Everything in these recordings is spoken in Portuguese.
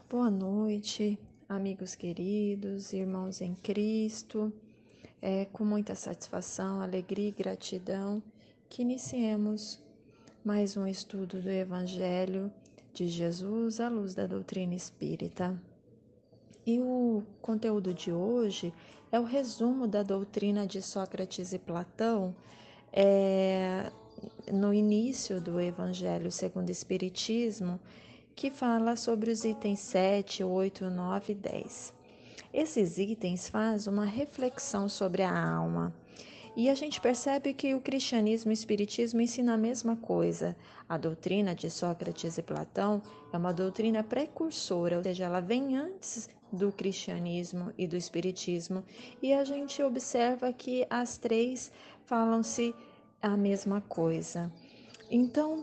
Boa noite, amigos queridos, irmãos em Cristo. É com muita satisfação, alegria e gratidão que iniciemos mais um estudo do Evangelho de Jesus à luz da doutrina espírita. E o conteúdo de hoje é o resumo da doutrina de Sócrates e Platão, no início do Evangelho segundo o Espiritismo, que fala sobre os itens 7, 8, 9 e 10. Esses itens fazem uma reflexão sobre a alma. E a gente percebe que o cristianismo e o espiritismo ensinam a mesma coisa. A doutrina de Sócrates e Platão é uma doutrina precursora, ou seja, ela vem antes do cristianismo e do espiritismo. E a gente observa que as três falam-se a mesma coisa. Então,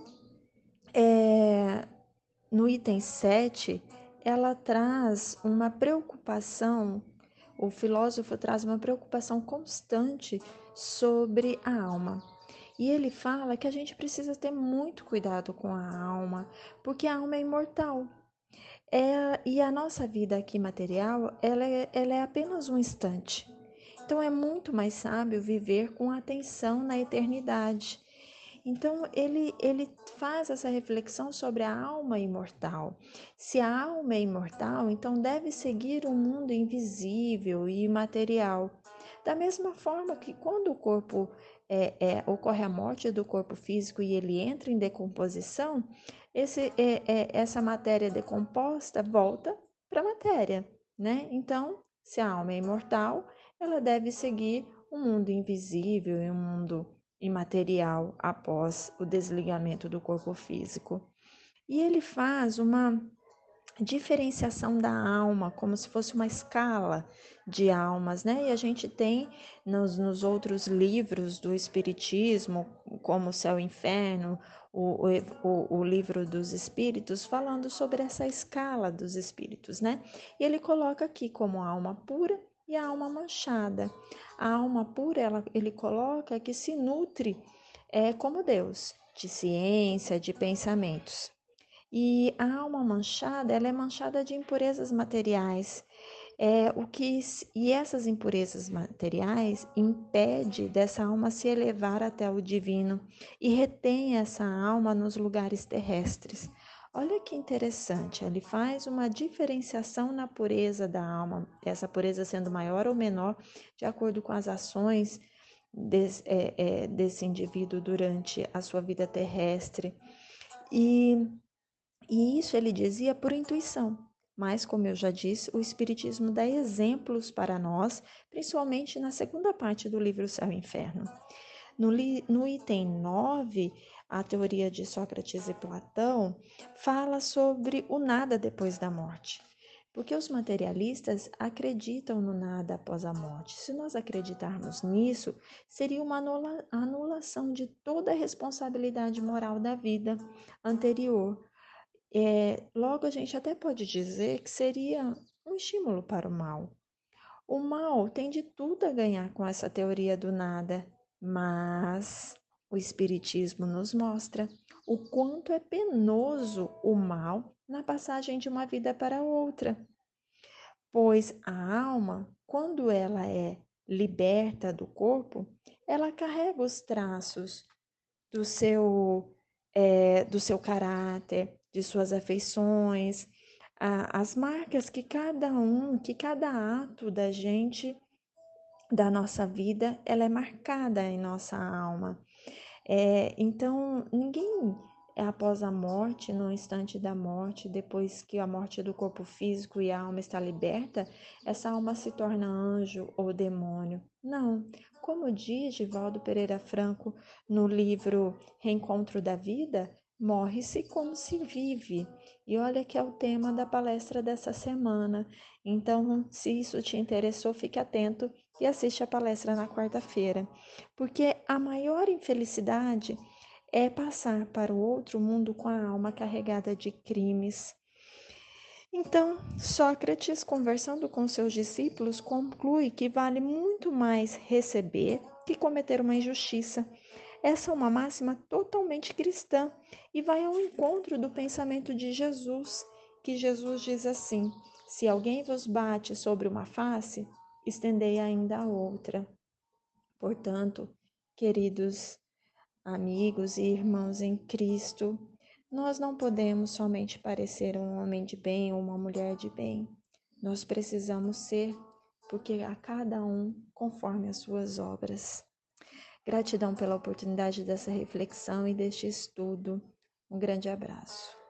no item 7, ela traz uma preocupação, o filósofo traz uma preocupação constante sobre a alma. E ele fala que a gente precisa ter muito cuidado com a alma, porque a alma é imortal. E a nossa vida aqui material, ela é apenas um instante. Então é muito mais sábio viver com atenção na eternidade. Então, ele faz essa reflexão sobre a alma imortal. Se a alma é imortal, então deve seguir um mundo invisível e imaterial. Da mesma forma que quando o corpo ocorre a morte do corpo físico e ele entra em decomposição, essa matéria decomposta volta para a matéria, né? Então, se a alma é imortal, ela deve seguir um mundo invisível e um mundo imaterial após o desligamento do corpo físico. E ele faz uma diferenciação da alma, como se fosse uma escala de almas, né? E a gente tem nos outros livros do Espiritismo, como o Céu e o Inferno, o livro dos Espíritos, falando sobre essa escala dos espíritos, né? E ele coloca aqui como a alma pura e a alma manchada. A alma pura, ele coloca que se nutre como Deus, de ciência, de pensamentos. E a alma manchada, ela é manchada de impurezas materiais. E essas impurezas materiais impede dessa alma se elevar até o divino e retém essa alma nos lugares terrestres. Olha que interessante, ele faz uma diferenciação na pureza da alma, essa pureza sendo maior ou menor de acordo com as ações desse indivíduo durante a sua vida terrestre. E isso ele dizia por intuição. Mas, como eu já disse, o Espiritismo dá exemplos para nós, principalmente na segunda parte do livro Céu e Inferno. No item 9, a teoria de Sócrates e Platão fala sobre o nada depois da morte. Porque os materialistas acreditam no nada após a morte. Se nós acreditarmos nisso, seria uma anulação de toda a responsabilidade moral da vida anterior. Logo, a gente até pode dizer que seria um estímulo para o mal. O mal tem de tudo a ganhar com essa teoria do nada, mas o Espiritismo nos mostra o quanto é penoso o mal na passagem de uma vida para outra, pois a alma, quando ela é liberta do corpo, ela carrega os traços do seu caráter, de suas afeições, as marcas que cada ato da gente, da nossa vida, ela é marcada em nossa alma. Então, ninguém após a morte, no instante da morte, depois que a morte do corpo físico e a alma está liberta, essa alma se torna anjo ou demônio. Não. Como diz Divaldo Pereira Franco no livro Reencontro da Vida, morre-se como se vive. E olha que é o tema da palestra dessa semana. Então, se isso te interessou, fique atento e assiste a palestra na quarta-feira. Porque a maior infelicidade é passar para o outro mundo com a alma carregada de crimes. Então, Sócrates, conversando com seus discípulos, conclui que vale muito mais receber que cometer uma injustiça. Essa é uma máxima totalmente cristã e vai ao encontro do pensamento de Jesus, que Jesus diz assim: se alguém vos bate sobre uma face, estendei ainda a outra. Portanto, queridos amigos e irmãos em Cristo, nós não podemos somente parecer um homem de bem ou uma mulher de bem. Nós precisamos ser, porque a cada um conforme as suas obras. Gratidão pela oportunidade dessa reflexão e deste estudo. Um grande abraço.